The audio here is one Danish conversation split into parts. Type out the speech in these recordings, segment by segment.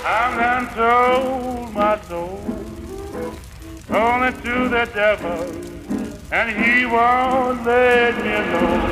I'm done sold my soul only to the devil, and he won't let me alone.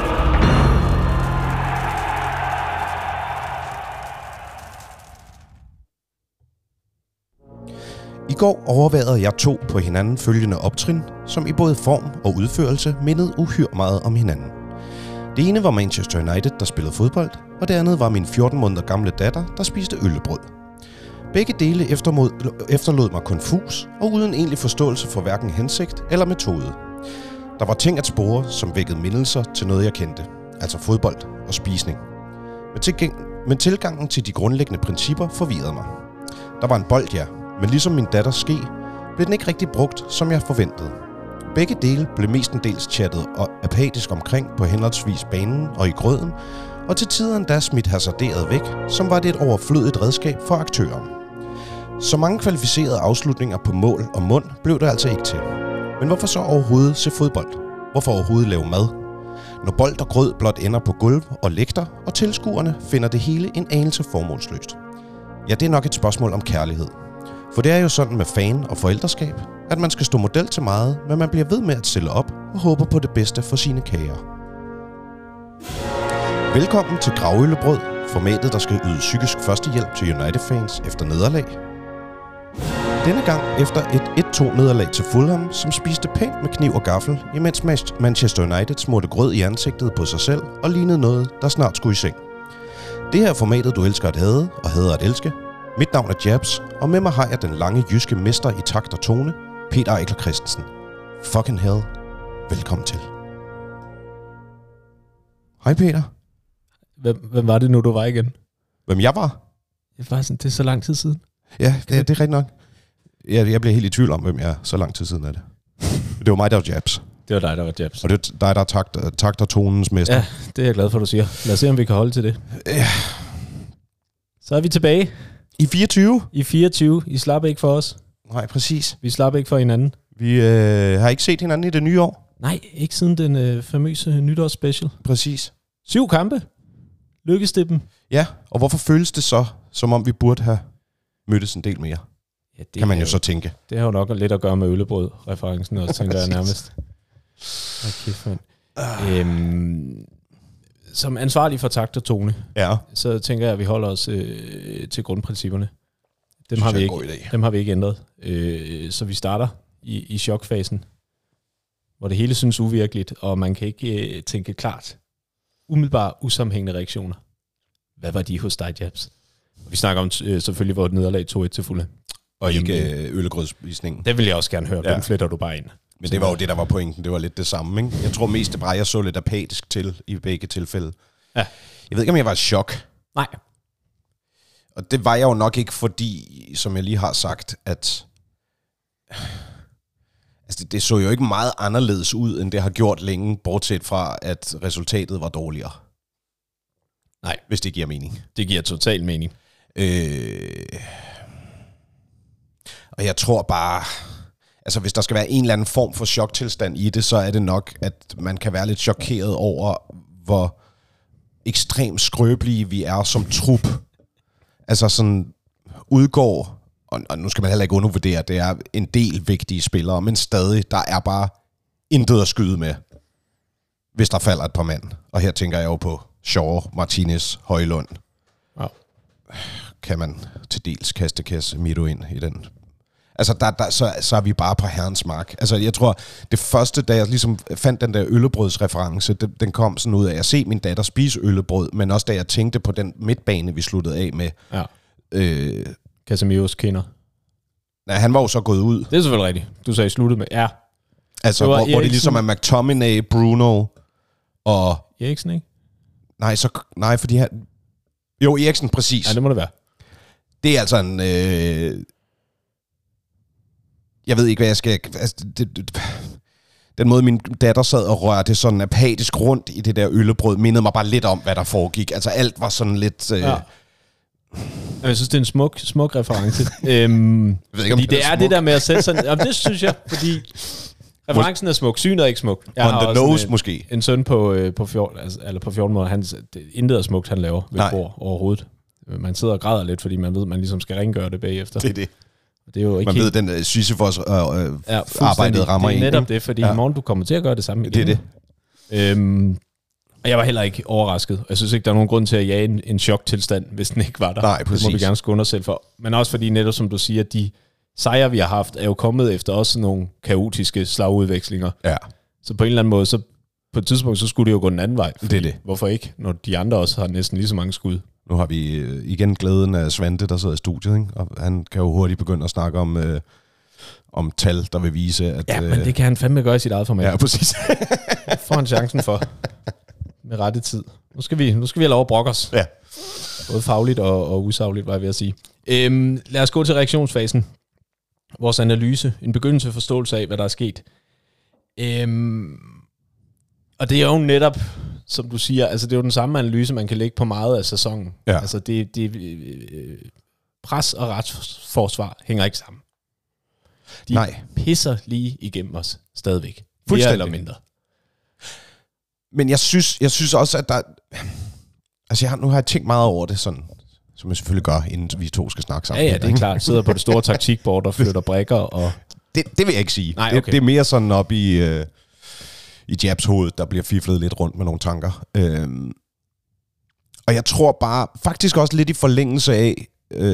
I går overværede jeg 2 på hinanden følgende optrin, som i både form og udførelse mindede uhyre meget om hinanden. Det ene var Manchester United, der spillede fodbold, og det andet var min 14 måneder gamle datter, der spiste øllebrød. Begge dele efterlod mig konfus og uden egentlig forståelse for hverken hensigt eller metode. Der var ting at spore, som vækkede mindelser til noget, jeg kendte, altså fodbold og spisning. Men tilgangen til de grundlæggende principper forvirrede mig. Der var en bold, ja, men ligesom min datters ske, blev den ikke rigtig brugt, som jeg forventede. Begge dele blev mestendels chattet og apatisk omkring på henholdsvis banen og i grøden, og til tider endda smidt hasarderet væk, som var det et overflødigt redskab for aktøren. Så mange kvalificerede afslutninger på mål og mund blev der altså ikke til. Men hvorfor så overhovedet se fodbold? Hvorfor overhovedet lave mad? Når bold og grød blot ender på gulv og lægter, og tilskuerne finder det hele en anelse formålsløst. Ja, det er nok et spørgsmål om kærlighed. For det er jo sådan med fan og forældreskab, at man skal stå model til meget, men man bliver ved med at stille op og håber på det bedste for sine kager. Velkommen til Gravøllebrød, formatet der skal yde psykisk førstehjælp til United-fans efter nederlag. Denne gang efter et 1-2-nederlag til Fulham, som spiste pænt med kniv og gaffel, imens Manchester United smurte grød i ansigtet på sig selv og lignede noget, der snart skulle i seng. Det her er formatet, du elsker at hade og hader at elske. Mit navn er Jabs, og med mig har jeg den lange jyske mester i takt og tone, Peter Eichler Christensen. Fucking hell. Velkommen til. Hej Peter. Hvem var det nu, du var igen? Hvem jeg var? Det er så lang tid siden. Ja, det er rigtigt nok. Jeg bliver helt i tvivl om, hvem jeg er så lang tid siden af det. Det var mig, der var Jabs. Det var dig, der var Jabs. Og det er dig, der er takt og tonens mester. Ja, det er jeg glad for, du siger. Lad os se, om vi kan holde til det. Ja. Så er vi tilbage. I 24? I 24. I slap ikke for os. Nej, præcis. Vi slap ikke for hinanden. Vi har ikke set hinanden i det nye år. Nej, ikke siden den famøse nytårsspecial. Præcis. 7 kampe. Lykkes det dem? Ja, og hvorfor føles det så, som om vi burde have mødtes en del mere? Ja, det kan man jo så tænke. Det har jo nok lidt at gøre med øllebrød-referencen også, tænker jeg nærmest. Okay, som ansvarlig for takt og tone, så tænker jeg, at vi holder os til grundprincipperne. Dem har vi ikke ændret. Så vi starter i chokfasen, hvor det hele synes uvirkeligt, og man kan ikke tænke klart. Umiddelbare, usammenhængende reaktioner. Hvad var de hos dig, Jabs? Vi snakker om selvfølgelig, hvor det nederlag 2-1 til Fulham. Og ikke øllegrødsvisningen. Det vil jeg også gerne høre. Den fletter du bare ind. Men det var jo det, der var pointen. Det var lidt det samme, ikke? Jeg tror mest, det bare, jeg så lidt apatisk til i begge tilfælde. Ja. Jeg ved ikke, om jeg var i chok. Nej. Og det var jeg jo nok ikke, fordi, som jeg lige har sagt, at altså, det så jo ikke meget anderledes ud, end det har gjort længe, bortset fra, at resultatet var dårligere. Nej, hvis det giver mening. Det giver total mening. Og jeg tror bare, altså hvis der skal være en eller anden form for choktilstand i det, så er det nok, at man kan være lidt chokeret over, hvor ekstremt skrøbelige vi er som trup. Altså sådan udgår, og nu skal man heller ikke undervurdere, det er en del vigtige spillere, men stadig, der er bare intet at skyde med, hvis der falder et par mand. Og her tænker jeg jo på Shaw, Martinez, Højlund. Ja. Kan man til dels kaste Casemiro ind i den. Altså, så er vi bare på herrens mark. Altså, jeg tror, det første, da jeg ligesom fandt den der øllebrødsreference, den kom sådan ud af at se min datter spise øllebrød, men også da jeg tænkte på den midtbane, vi sluttede af med. Ja. Casemiros kender. Nej, han var jo så gået ud. Det er selvfølgelig rigtigt. Du sagde sluttede med, ja. Altså, hvor det ligesom er McTominay, Bruno og Eriksen, ikke? Nej, fordi han... Jo, Eriksen, præcis. Ja, det må det være. Det er altså en... Jeg ved ikke, hvad jeg skal... Altså, den måde, min datter sad og rørte sådan apatisk rundt i det der øllebrød, mindede mig bare lidt om, hvad der foregik. Altså, alt var sådan lidt... Ja. Jeg synes, det er en smuk reference. Fordi det er det der med at sætte sådan... Jamen, det synes jeg, fordi... Referencen er smuk, synet er ikke smuk. Jeg har the nose, måske. En søn på 14 måneder, intet er smukt, han laver ved bord overhovedet. Man sidder og græder lidt, fordi man ved, at man ligesom skal rengøre det bagefter. Det er det. Det er jo ikke man ved, den Sisyfos arbejdet rammer en. Det er netop en, det, fordi i morgen du kommer til at gøre det samme igen. Det er det. Jeg var heller ikke overrasket. Jeg synes ikke, der er nogen grund til at jage en choktilstand, hvis den ikke var der. Nej, præcis. Det må vi gerne skåne os selv for. Men også fordi netop, som du siger, de sejre, vi har haft, er jo kommet efter også nogle kaotiske slagudvekslinger. Ja. Så på en eller anden måde, så på et tidspunkt, så skulle det jo gå den anden vej. Det er det. Hvorfor ikke, når de andre også har næsten lige så mange skud? Nu har vi igen glæden af Svante, der sidder i studiet, ikke? Og han kan jo hurtigt begynde at snakke om tal, der vil vise, at... Ja, men det kan han fandme gøre i sit eget format. Ja, præcis. Får han chancen for med rette tid. Nu skal vi have lov at brokke os. Ja. Både fagligt og usagligt, var jeg ved at sige. Lad os gå til reaktionsfasen. Vores analyse. En begyndelse forståelse af, hvad der er sket. Og det er jo netop, som du siger, altså det er jo den samme analyse, man kan lægge på meget af sæsonen. Ja. Altså pres og retsforsvar hænger ikke sammen. De pisser lige igennem os stadigvæk. Mere eller mindre. Men jeg synes også, at der... Altså nu har jeg tænkt meget over det, sådan, som jeg selvfølgelig gør, inden vi to skal snakke sammen. Ja, det er klart. Sidder på det store taktikbord og flytter brækker. Og... Det vil jeg ikke sige. Nej, okay. Det er mere sådan op i Jabs hoved, der bliver fiflet lidt rundt med nogle tanker. Og jeg tror bare, faktisk også lidt i forlængelse af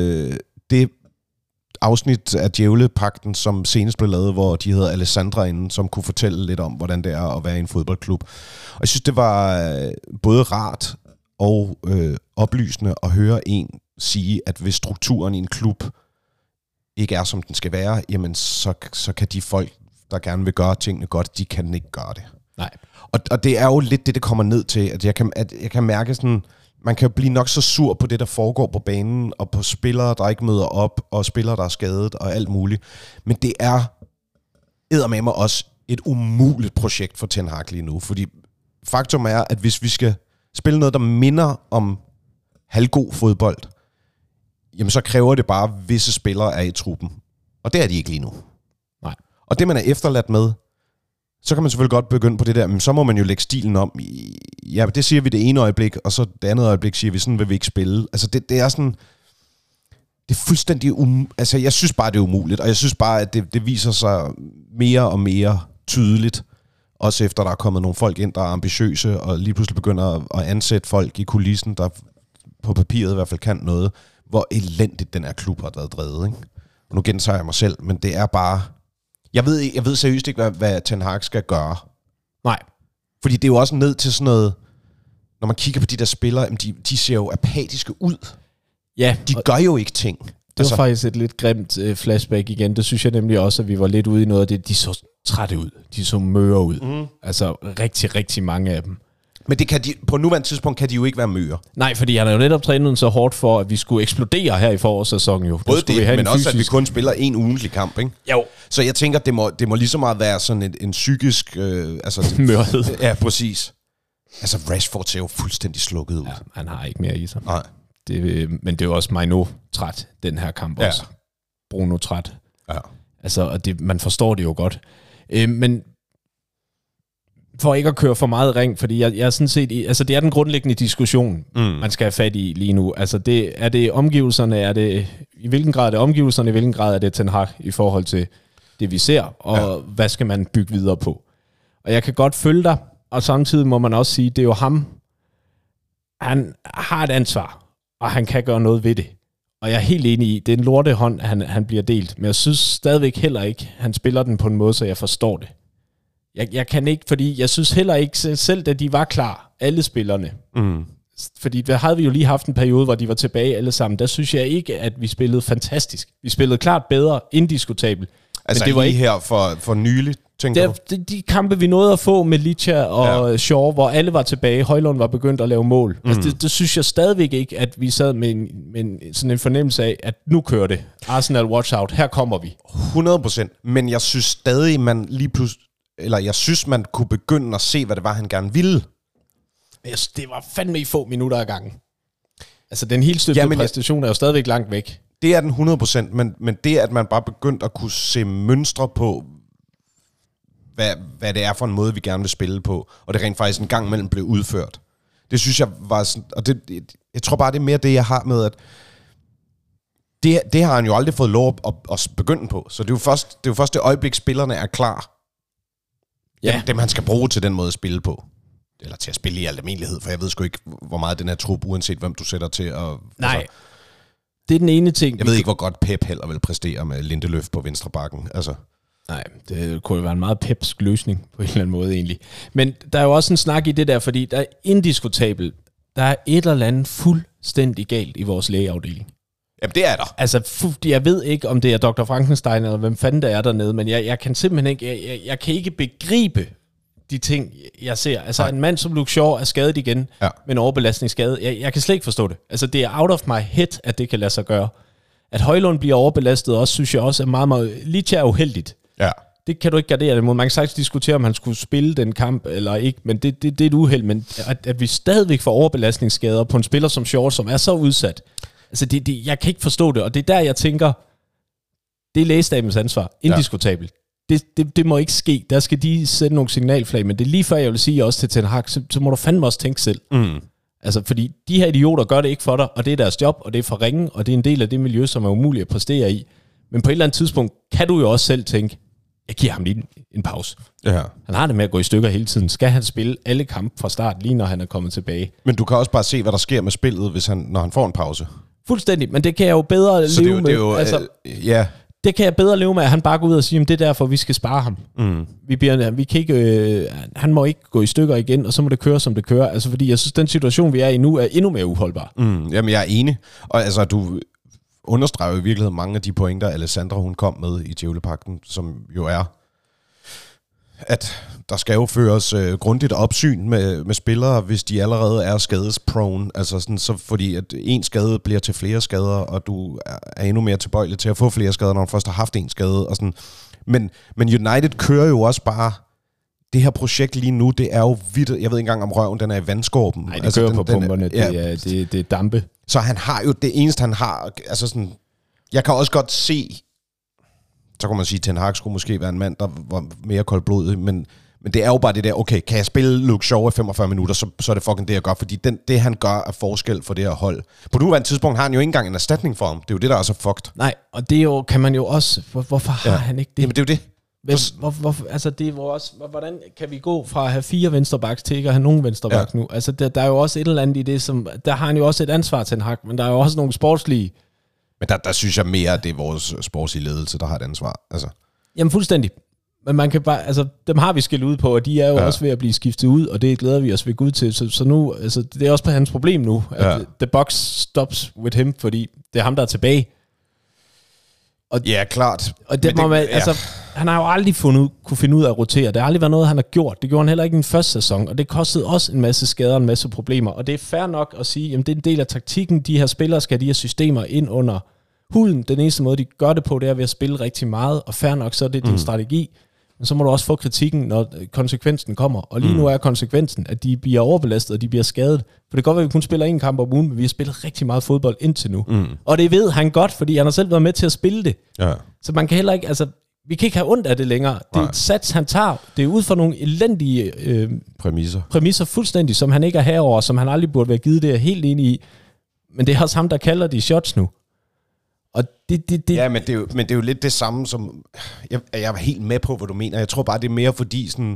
det afsnit af Djævlepagten, som senest blev lavet, hvor de hedder Alessandra inden, som kunne fortælle lidt om, hvordan det er at være i en fodboldklub. Og jeg synes, det var både rart og oplysende at høre en sige, at hvis strukturen i en klub ikke er, som den skal være, jamen så kan de folk, der gerne vil gøre tingene godt, de kan ikke gøre det. Nej. Og det er jo lidt det kommer ned til, at jeg kan mærke sådan, man kan blive nok så sur på det, der foregår på banen, og på spillere, der ikke møder op, og spillere, der er skadet, og alt muligt. Men det er eddermame også et umuligt projekt for Ten Hag lige nu, fordi faktum er, at hvis vi skal spille noget, der minder om halvgod fodbold, jamen så kræver det bare, at visse spillere er i truppen. Og det er de ikke lige nu. Nej. Og det, man er efterladt med, så kan man selvfølgelig godt begynde på det der, men så må man jo lægge stilen om. Ja, det siger vi det ene øjeblik, og så det andet øjeblik siger vi, sådan vil vi ikke spille. Altså det er sådan, det er fuldstændig, altså jeg synes bare, det er umuligt, og jeg synes bare, at det viser sig mere og mere tydeligt, også efter der er kommet nogle folk ind, der er ambitiøse, og lige pludselig begynder at ansætte folk i kulissen, der på papiret i hvert fald kan noget, hvor elendigt den her klub har været drevet, ikke? Og nu gentager jeg mig selv, men det er bare... Jeg ved seriøst ikke, hvad Ten Hag skal gøre. Nej. Fordi det er jo også ned til sådan noget... Når man kigger på de der spillere, de ser jo apatiske ud. Ja. De gør jo ikke ting. Det var faktisk et lidt grimt flashback igen. Det synes jeg nemlig også, at vi var lidt ude i noget af det. De så trætte ud. De så møre ud. Mm. Altså rigtig, rigtig mange af dem. Men det kan på nuværende tidspunkt kan de jo ikke være møre. Nej, fordi han har jo netop trænet så hårdt for, at vi skulle eksplodere her i forårssæsonen jo. Både det, men også, at vi kun spiller en ugentlig kamp, ikke? Jo. Så jeg tænker, det må lige så meget være sådan en psykisk... mørhed. Ja, præcis. Altså, Rashford ser jo fuldstændig slukket ud. Ja, han har ikke mere i sig. Nej. Men det er jo også Maino træt, den her kamp også. Bruno træt. Ja. Altså, og man forstår det jo godt. Men... For ikke at køre for meget ring, fordi jeg er sådan set... Altså, det er den grundlæggende diskussion, man skal have fat i lige nu. Altså, er det omgivelserne? I hvilken grad er det omgivelserne? I hvilken grad er det Ten Hag i forhold til det, vi ser? Og hvad skal man bygge videre på? Og jeg kan godt følge dig, og samtidig må man også sige, det er jo ham. Han har et ansvar, og han kan gøre noget ved det. Og jeg er helt enig i, det er en lortehånd, han bliver delt. Men jeg synes stadigvæk heller ikke, han spiller den på en måde, så jeg forstår det. Jeg kan ikke, fordi jeg synes heller ikke selv, da de var klar, alle spillerne. Fordi der havde vi jo lige haft en periode, hvor de var tilbage alle sammen. Der synes jeg ikke, at vi spillede fantastisk. Vi spillede klart bedre, indiskutabelt. Altså det var ikke her for nylig, tænker du? De kampe, vi nåede at få med Licha og Shaw, hvor alle var tilbage, Højlund var begyndt at lave mål. Altså det synes jeg stadigvæk ikke, at vi sad med sådan en fornemmelse af, at nu kører det. Arsenal, watch out, her kommer vi. 100%. Men jeg synes stadig, man lige pludselig... Eller jeg synes, man kunne begynde at se, hvad det var, han gerne ville. Det var fandme i få minutter ad gangen. Altså, den helt støttede præstation er jo stadigvæk langt væk. Det er den 100%, men det, at man bare begyndte at kunne se mønstre på, hvad det er for en måde, vi gerne vil spille på, og det rent faktisk en gang imellem blev udført, Det synes jeg var sådan, og jeg tror bare, det er mere det, jeg har med, at det har han jo aldrig fået lov at begynde på. Så det er jo først det øjeblik, spillerne er klar. Ja. Dem han skal bruge til den måde at spille på. Eller til at spille i almindelighed, for jeg ved sgu ikke, hvor meget den her trup, uanset hvem du sætter til. Nej, altså, det er den ene ting. Jeg ved ikke, hvor godt Pep heller vil præstere med Lindeløf på venstre bakken. Altså. Nej, det kunne jo være en meget pepsk løsning på en eller anden måde egentlig. Men der er jo også en snak i det der, fordi der er indiskutabelt. Der er et eller andet fuldstændig galt i vores lægeafdeling. Jamen, det er der. Altså, jeg ved ikke, om det er Dr. Frankenstein, eller hvem fanden der er dernede, men jeg kan simpelthen ikke, jeg kan ikke begribe de ting, jeg ser. Altså, en mand som Luke Shaw er skadet igen, med en overbelastningsskade. Jeg kan slet ikke forstå det. Altså, det er out of my head, at det kan lade sig gøre. At Højlund bliver overbelastet også, synes jeg også er meget, meget lidt uheldigt. Ja. Det kan du ikke gardere det mod. Man kan sagtens diskutere, om han skulle spille den kamp eller ikke, men det er et uheld. Men at vi stadigvæk får overbelastningsskader på en spiller som Shaw, som er så udsat. Altså, jeg kan ikke forstå det, og det er der, jeg tænker, det er lægestabens ansvar. Indiskutabelt. Det må ikke ske. Der skal de sætte nogle signalflag, men det er lige før, jeg vil sige også til Ten Hag, så må du fandme også tænke selv. Altså, fordi de her idioter gør det ikke for dig, og det er deres job, og det er for ringe, og det er en del af det miljø, som er umuligt at præstere i. Men på et eller andet tidspunkt kan du jo også selv tænke, jeg giver ham lige en pause. Ja. Han har det med at gå i stykker hele tiden. Skal han spille alle kampe fra start, lige når han er kommet tilbage? Men du kan også bare se, hvad der sker med spillet, når han får en pause. Fuldstændig, men det kan jeg jo bedre leve med. Det kan jeg bedre leve med, at han bare går ud og siger, at det er derfor, vi skal spare ham. Vi kan ikke, han må ikke gå i stykker igen, og så må det køre, som det kører. Altså, fordi jeg synes, den situation, vi er i nu, er endnu mere uholdbar. Jamen, jeg er enig. Og altså, du understreger i virkeligheden mange af de pointer, Alessandra hun kom med i Djævlepagten, som jo er, at der skal jo føres grundigt opsyn med spillere, hvis de allerede er skadesprone. Altså sådan, så fordi at en skade bliver til flere skader, og du er endnu mere tilbøjelig til at få flere skader, når du først har haft en skade. Og sådan. Men United kører jo også bare det her projekt lige nu, det er jo vidt. Jeg ved ikke engang, om røven den er i vandskorben. Nej, det kører på pumperne. Det er dampe. Så han har jo det eneste, han har. Altså sådan, jeg kan også godt se, så kan man sige, at Ten Hag skulle måske være en mand, der var mere koldblodig, men det er jo bare det der, okay, kan jeg spille Luke Shaw i 45 minutter, så er det fucking det, jeg gør, fordi det, han gør, er forskel for det her hold. På nuværende tidspunkt har han jo ikke engang en erstatning for ham. Det er jo det, der er så fucked. Nej, og det er jo, kan man jo også, hvorfor har han ikke det? Jamen, det er jo det. Altså, det er jo også, hvordan kan vi gå fra at have 4 venstrebacks til ikke at have nogen venstrebacks nu? Altså, der er jo også et eller andet i det, som, der har han jo også et ansvar til en hak, men der er jo også nogle sportslige. Men der synes jeg mere, at det er vores sportslige ledelse, der har et ansvar. Altså. Jamen, fuldstændig. Men man kan bare, altså, dem har vi skældt ud på, og de er jo også ved at blive skiftet ud, og det glæder vi os ved Gud til. Så nu, altså, det er også på hans problem nu, at the buck stops with him, fordi det er ham, der er tilbage. Og, ja, klart. Og det må man, altså, han har jo aldrig kunne finde ud af at rotere. Det har aldrig været noget, han har gjort. Det gjorde han heller ikke i den første sæson, og det kostede også en masse skader, en masse problemer. Og det er fair nok at sige, jamen det er en del af taktikken. De her spillere skal have de her systemer ind under huden. Den eneste måde, de gør det på, det er ved at spille rigtig meget, og fair nok, så er det din strategi. Men så må du også få kritikken, når konsekvensen kommer. Og lige nu er konsekvensen, at de bliver overbelastet, og de bliver skadet. For det kan godt være, at vi kun spiller en kamp om ugen, men vi har spillet rigtig meget fodbold indtil nu. Og det ved han godt, fordi han har selv været med til at spille det. Ja. Så man kan heller ikke, altså, vi kan ikke have ondt af det længere. Det er et sats, han tager. Det er ud fra nogle elendige præmisser fuldstændig, som han ikke er herover, som han aldrig burde være givet det, helt enig i. Men det er også ham, der kalder de shots nu. Og det ja, men det er jo lidt det samme som... Jeg er helt med på, hvad du mener. Jeg tror bare, det er mere fordi sådan...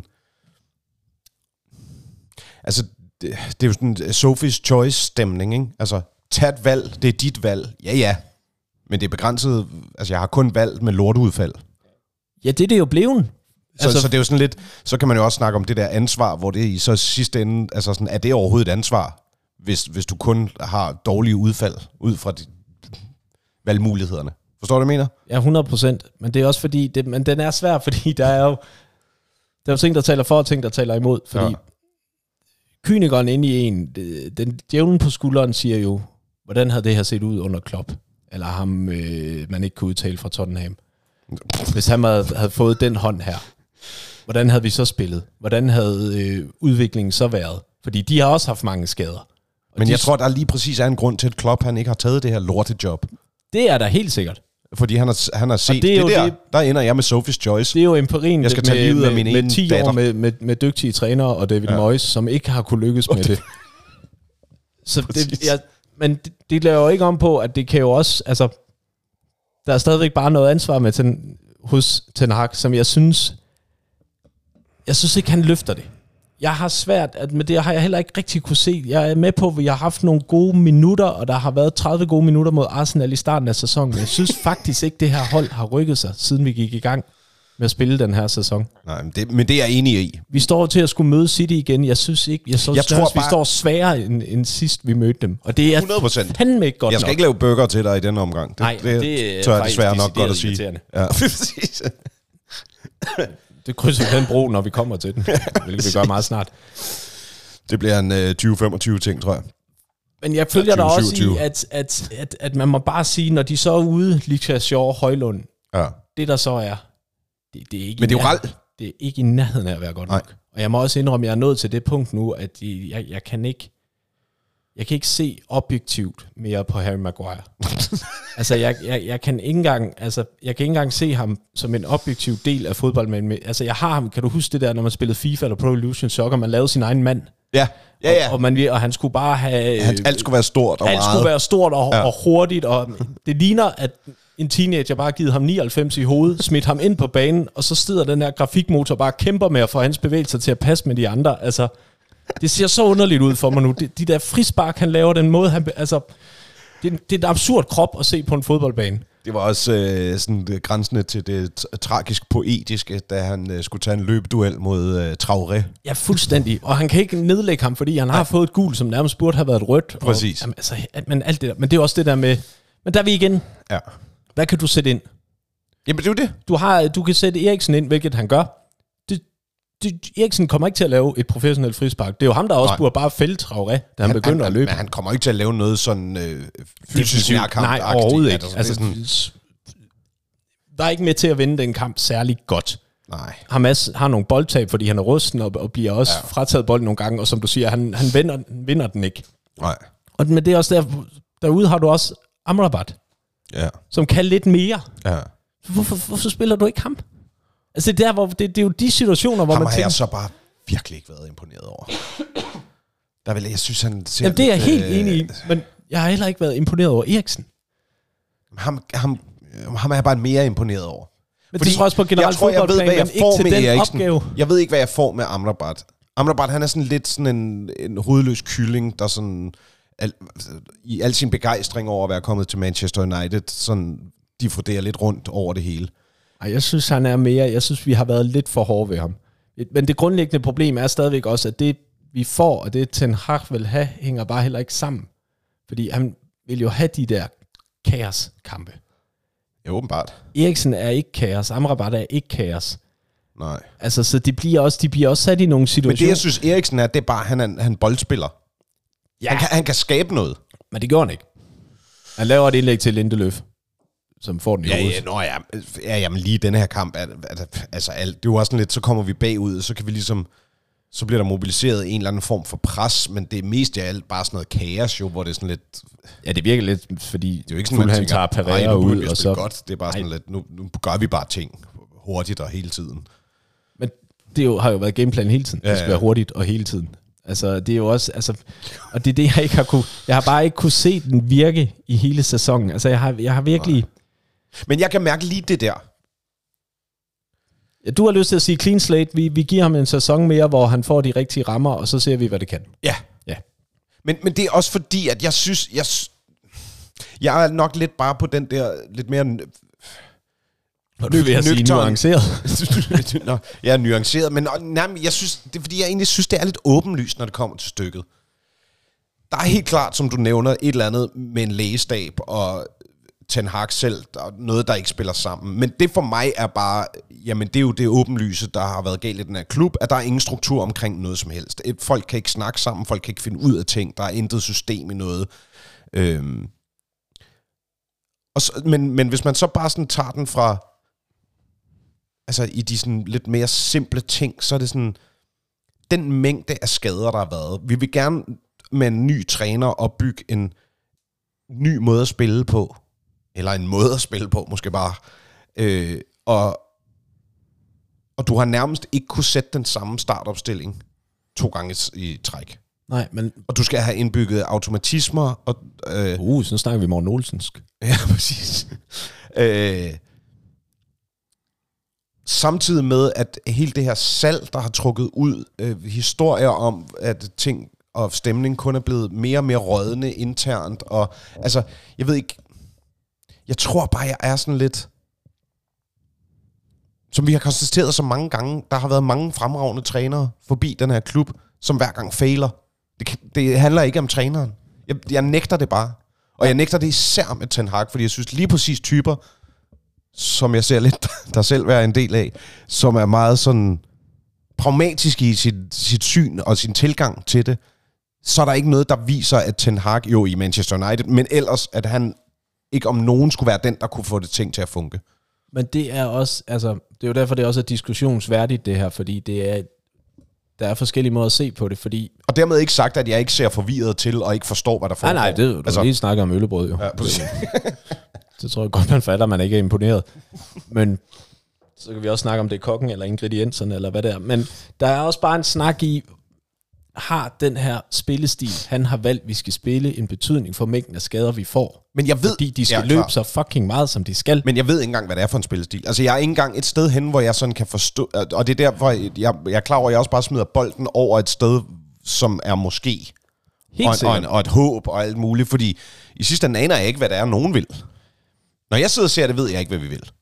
Altså, det er jo sådan en Sophie's Choice-stemning, ikke? Altså, tag et valg, det er dit valg. Ja. Men det er begrænset... Altså, jeg har kun valgt med lorteudfald. Ja, det er jo blevet. Så det er jo sådan lidt... Så kan man jo også snakke om det der ansvar, hvor det i så sidste ende... Altså, sådan, er det overhovedet et ansvar, hvis du kun har dårlige udfald ud fra valgmulighederne. Forstår du, hvad jeg mener? Ja, 100%. Men det er også fordi, men den er svær, fordi der er jo ting, der taler for, og ting, der taler imod. Fordi kynikeren inde i den djævlen på skulderen siger jo, hvordan havde det her set ud under Klopp? Eller ham, man ikke kunne udtale fra Tottenham. Hvis han havde fået den hånd her, hvordan havde vi så spillet? Hvordan havde udviklingen så været? Fordi de har også haft mange skader. Men jeg tror, der lige præcis er en grund til, at Klopp han ikke har taget det her lortejob. Det er der helt sikkert. Fordi han har set der ender jeg med Sophie's Choice. Det er jo empirien jeg skal tage livet af min med 10 år med dygtige trænere og David Moyes, som ikke har kunne lykkes med det. Så men det laver jo ikke om på, at det kan jo også, altså, der er stadigvæk bare noget ansvar med hos Ten Hag, som jeg synes ikke, han løfter det. Jeg har svært, at med det har jeg heller ikke rigtig kunne se. Jeg er med på, at vi har haft nogle gode minutter, og der har været 30 gode minutter mod Arsenal i starten af sæsonen. Jeg synes faktisk ikke, det her hold har rykket sig, siden vi gik i gang med at spille den her sæson. Nej, men det er jeg enig i. Vi står til at skulle møde City igen. Jeg synes ikke, vi står sværere end sidst vi mødte dem. Og det er 100%. Fandme ikke godt nok. Jeg skal ikke lave burger til dig i den omgang. Nej, det er desværre nok godt at sige. Ja, præcis. Det krydser den bro, når vi kommer til den, hvilket vi gør meget snart. Det bliver en 20-25 ting, tror jeg. Men jeg følger dig også i, at man må bare sige, når de så er ude, Licha Shaw, Højlund, det der så er, det er ikke. Men det er jo rald. Det er ikke i nærheden af at være godt nok. Og jeg må også indrømme, at jeg er nået til det punkt nu, at jeg kan ikke se objektivt mere på Harry Maguire. Altså jeg kan ikke engang se ham som en objektiv del af fodbold, men altså jeg har ham, kan du huske det der, når man spillede FIFA eller Pro Evolution Soccer, man lavede sin egen mand. Ja. Og han skulle bare have alt skulle være stort og alt meget. Skulle være stort og hurtigt, og det ligner at en teenager bare givet ham 99 i hovedet, smidt ham ind på banen, og så sidder den her grafikmotor bare og kæmper med at få hans bevægelser til at passe med de andre. Altså det ser så underligt ud for mig nu. De der frispark, han laver, den måde, det er en absurd krop at se på en fodboldbane. Det var også sådan grænsende til det tragisk poetiske, da han skulle tage en løbeduel mod Traoré. Ja, fuldstændig. Og han kan ikke nedlægge ham, fordi han har fået et gul, som nærmest burde have været et rødt. Præcis. Og, men alt det der. Men det er også det der med... Men der er vi igen. Ja. Hvad kan du sætte ind? Jamen, det er jo det. Du kan sætte Eriksen ind, hvilket han gør. Eriksen kommer ikke til at lave et professionelt frispark. Det er jo ham, der også burde bare fælde Traoré, da han begynder at løbe. Men han kommer ikke til at lave noget sådan fysisk nærkamp. Nej, overhovedet ikke. Altså, der er ikke med til at vinde den kamp særlig godt. Nej. Hamas har nogle boldtab, fordi han er rusten og bliver også frataget bolden nogle gange, og som du siger, han vinder den ikke. Nej. Men det er også derude har du også Amrabat, som kan lidt mere. Ja. Hvorfor spiller du ikke ham? Altså det er, hvor det er jo de situationer, hvor man tænker... Ham har jeg så bare virkelig ikke været imponeret over. Jeg synes, han ser... Jamen det er jeg helt enig i, men jeg har heller ikke været imponeret over Eriksen. Ham er jeg bare mere imponeret over. Men fordi det tror jeg også på generelt fodboldplan, men ikke til den Eriksen. Opgave. Jeg ved ikke, hvad jeg får med Amrabat. Amrabat, han er sådan lidt sådan en hovedløs kylling, der sådan... I al sin begejstring over at være kommet til Manchester United, sådan diffunderer lidt rundt over det hele. Jeg synes, han er mere... Jeg synes, vi har været lidt for hårde ved ham. Men det grundlæggende problem er stadigvæk også, at det, vi får, og det Ten Hag vil have, hænger bare heller ikke sammen. Fordi han vil jo have de der kaoskampe. Ja, åbenbart. Eriksen er ikke kaos. Amrabat er ikke kaos. Nej. Altså, så de bliver også sat i nogle situationer... Men det, jeg synes, Eriksen er, det er bare, han boldspiller. Ja. Han kan skabe noget. Men det gjorde han ikke. Han laver et indlæg til Lindeløf, som får den i hovedet. Men lige denne her kamp, altså alt, det er jo også sådan lidt, så kommer vi bagud, så kan vi ligesom, så bliver der mobiliseret en eller anden form for pres, men det er mest af alt bare sådan noget kaos, jo, hvor det er sådan lidt... Ja, det virker lidt, fordi det er jo ikke sådan, han tager Pereira ud, og så... Godt. Det er bare sådan lidt, nu gør vi bare ting hurtigt og hele tiden. Men det har jo været gameplan hele tiden. Det skal være hurtigt og hele tiden. Altså, det er jo også, altså, og det er det, jeg ikke har kunne, jeg har bare ikke kunne se den virke i hele sæsonen. Altså, jeg har virkelig... Nej. Men jeg kan mærke lige det der. Ja, du har lyst til at sige clean slate. Vi giver ham en sæson mere, hvor han får de rigtige rammer, og så ser vi, hvad det kan. Ja. Men det er også fordi, at jeg synes, jeg er nok lidt bare på den der, lidt mere... Og du vil sige nuanceret. Nå, jeg er nuanceret, men jeg synes, det er fordi, jeg egentlig synes, det er lidt åbenlyst, når det kommer til stykket. Der er helt klart, som du nævner, et eller andet med en lægestab og Ten Hag selv, der noget, der ikke spiller sammen. Men det for mig er bare, jamen det er jo det åbenlyse, der har været galt i den her klub, at der er ingen struktur omkring noget som helst. Folk kan ikke snakke sammen, folk kan ikke finde ud af ting, der er intet system i noget. Men hvis man så bare sådan tager den fra, altså i de sådan lidt mere simple ting, så er det sådan, den mængde af skader, der har været. Vi vil gerne med en ny træner opbygge en ny måde at spille på, eller en måde at spille på, måske bare. Og du har nærmest ikke kunne sætte den samme startopstilling 2 gange i træk. Nej, men... Og du skal have indbygget automatismer. Og, så snakker vi Morten Olsensk. Ja, præcis. Samtidig med, at hele det her salg, der har trukket ud, historier om, at ting og stemning kun er blevet mere og mere rådne internt, og altså, jeg ved ikke, jeg tror bare, jeg er sådan lidt, som vi har konstateret så mange gange, der har været mange fremragende trænere forbi den her klub, som hver gang fejler. Det handler ikke om træneren. Jeg nægter det bare. Og jeg nægter det især med Ten Hag, fordi jeg synes lige præcis typer, som jeg ser lidt der selv være en del af, som er meget sådan pragmatisk i sit syn og sin tilgang til det, så er der ikke noget, der viser, at Ten Hag jo i Manchester United, men ellers, at han ikke om nogen skulle være den, der kunne få det ting til at funke. Men det er også, altså, det er jo derfor, det er også diskussionsværdigt det her, fordi der er forskellige måder at se på det, fordi... Og dermed ikke sagt, at jeg ikke ser forvirret til, og ikke forstår, hvad der foregår. Nej, du altså, lige snakker om øllebrød, jo. Ja, præcis. Så tror jeg godt, man fatter, at man ikke er imponeret. Men så kan vi også snakke om det er kokken, eller ingredienserne, eller hvad det er. Men der er også bare en snak i, har den her spillestil, han har valgt, vi skal spille, en betydning for mængden af skader, vi får. Men jeg ved, fordi de skal løbe så fucking meget, som de skal. Men jeg ved ikke engang, hvad det er for en spillestil. Altså, jeg er ikke engang et sted hen, hvor jeg sådan kan forstå, og det er der, hvor jeg er klar over, at jeg også bare smider bolden over et sted, som er måske, og et håb og alt muligt, fordi i sidste ende aner jeg ikke, hvad det er, nogen vil. Når jeg sidder og ser det, ved jeg ikke, hvad vi vil.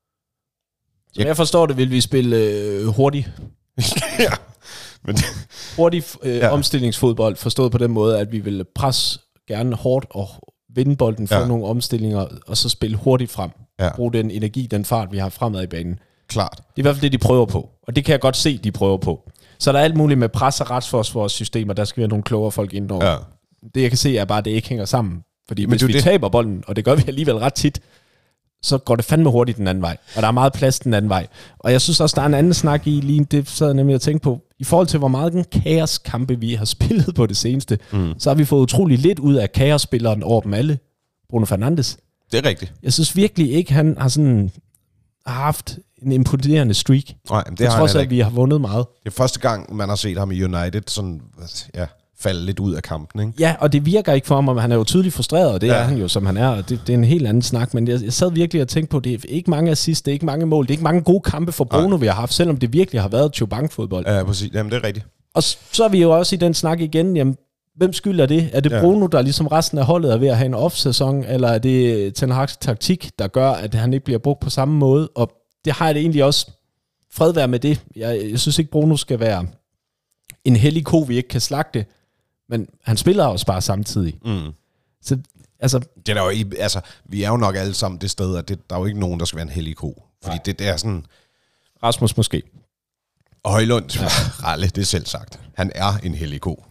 Som jeg forstår det, vil vi spille hurtigt. Ja. Men hurtig omstillingsfodbold, forstået på den måde, at vi vil presse gerne hårdt og vinde bolden for nogle omstillinger, og så spille hurtigt frem. Ja. Bruge den energi, den fart, vi har fremad i banen. Klart. Det er i hvert fald det, de prøver på. Og det kan jeg godt se, de prøver på. Så der er alt muligt med pres- og retsforsvarssystemer, der skal være nogle klogere folk indover. Ja. Det jeg kan se er bare, at det ikke hænger sammen. Fordi hvis vi taber bolden, og det gør vi alligevel ret tit, så går det fandme hurtigt den anden vej. Og der er meget plads den anden vej. Og jeg synes også, der er en anden snak i, lige det sad jeg nemlig at tænke på, i forhold til, hvor meget den kaoskampe, vi har spillet på det seneste, så har vi fået utrolig lidt ud af kaosspilleren over dem alle. Bruno Fernandes. Det er rigtigt. Jeg synes virkelig ikke, han har sådan haft en imponerende streak. Nej, det har trods af, at vi har vundet meget. Det er første gang, man har set ham i United sådan, falde lidt ud af kampen, ikke? Ja, og det virker ikke for ham, og han er jo tydeligt frustreret, og det er han jo, som han er, og det er en helt anden snak, men jeg sad virkelig og tænkte på, det er ikke mange assist, det er ikke mange mål, det er ikke mange gode kampe for Bruno, vi har haft, selvom det virkelig har været Chubank-fodbold. Ja, præcis. Jamen, det er rigtigt. Og så er vi jo også i den snak igen, jamen, hvem skylder det? Er det Bruno, der ligesom resten af holdet er ved at have en off-sæson, eller er det Ten Hag's taktik, der gør, at han ikke bliver brugt på samme måde? Og det har jeg det egentlig også fred være med det. Jeg synes ikke, Bruno skal være en hellig ko, vi ikke kan slagte, men han spiller også bare samtidig. Så altså... Det er jo vi er jo nok alle sammen det sted, at der er jo ikke nogen, der skal være en hellig ko. Fordi det er sådan... Rasmus måske. Højlund, Ralle, det er selv sagt. Han er en hellig ko.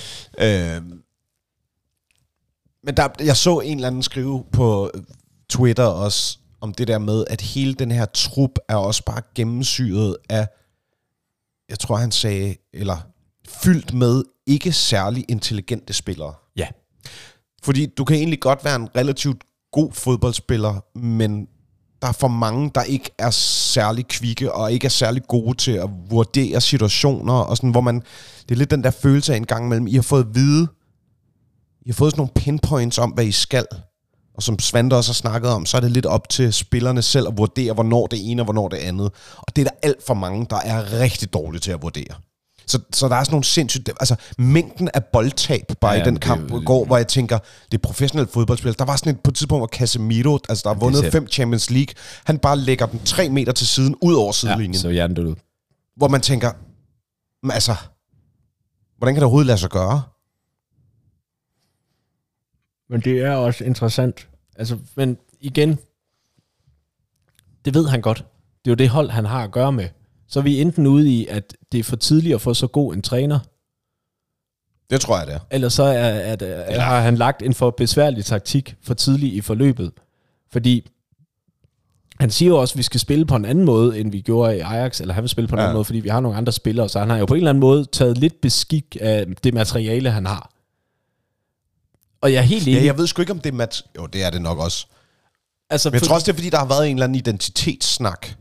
Men jeg så en eller anden skrive på Twitter også, om det der med, at hele den her trup er også bare gennemsyret af, jeg tror han sagde, eller fyldt med ikke særlig intelligente spillere. Ja. Fordi du kan egentlig godt være en relativt god fodboldspiller, men der er for mange, der ikke er særlig kvikke, og ikke er særlig gode til at vurdere situationer, og sådan, hvor det er lidt den der følelse af en gang imellem, I har fået sådan nogle pinpoints om, hvad I skal. Og som Svante også har snakket om, så er det lidt op til spillerne selv at vurdere, hvornår det ene og hvornår det andet. Og det er der alt for mange, der er rigtig dårlige til at vurdere. Så der er sådan nogle sindssygt... Altså, mængden af boldtab bare i den kamp går, hvor jeg tænker, det er professionelt fodboldspil. Der var sådan på et tidspunkt, hvor Casemiro, altså der har vundet 5 Champions League, han bare lægger den 3 meter til siden, ud over sidelinjen. Ja, så hjernen ud. Hvor man tænker, altså, hvordan kan det overhovedet lade sig gøre? Men det er også interessant. Altså, men igen, det ved han godt. Det er jo det hold, han har at gøre med. Så er vi enten ude i, at det er for tidligt at få så god en træner. Det tror jeg, det er. Eller så har han lagt en for besværlig taktik for tidligt i forløbet. Fordi han siger jo også, at vi skal spille på en anden måde, end vi gjorde i Ajax, eller han vil spille på en anden måde, fordi vi har nogle andre spillere. Så han har jo på en eller anden måde taget lidt beskik af det materiale, han har. Og jeg er helt enig. Ja, jeg ved sgu ikke, om det jo, det er det nok også. Altså, men jeg tror også, det er, fordi der har været en eller anden identitetssnak,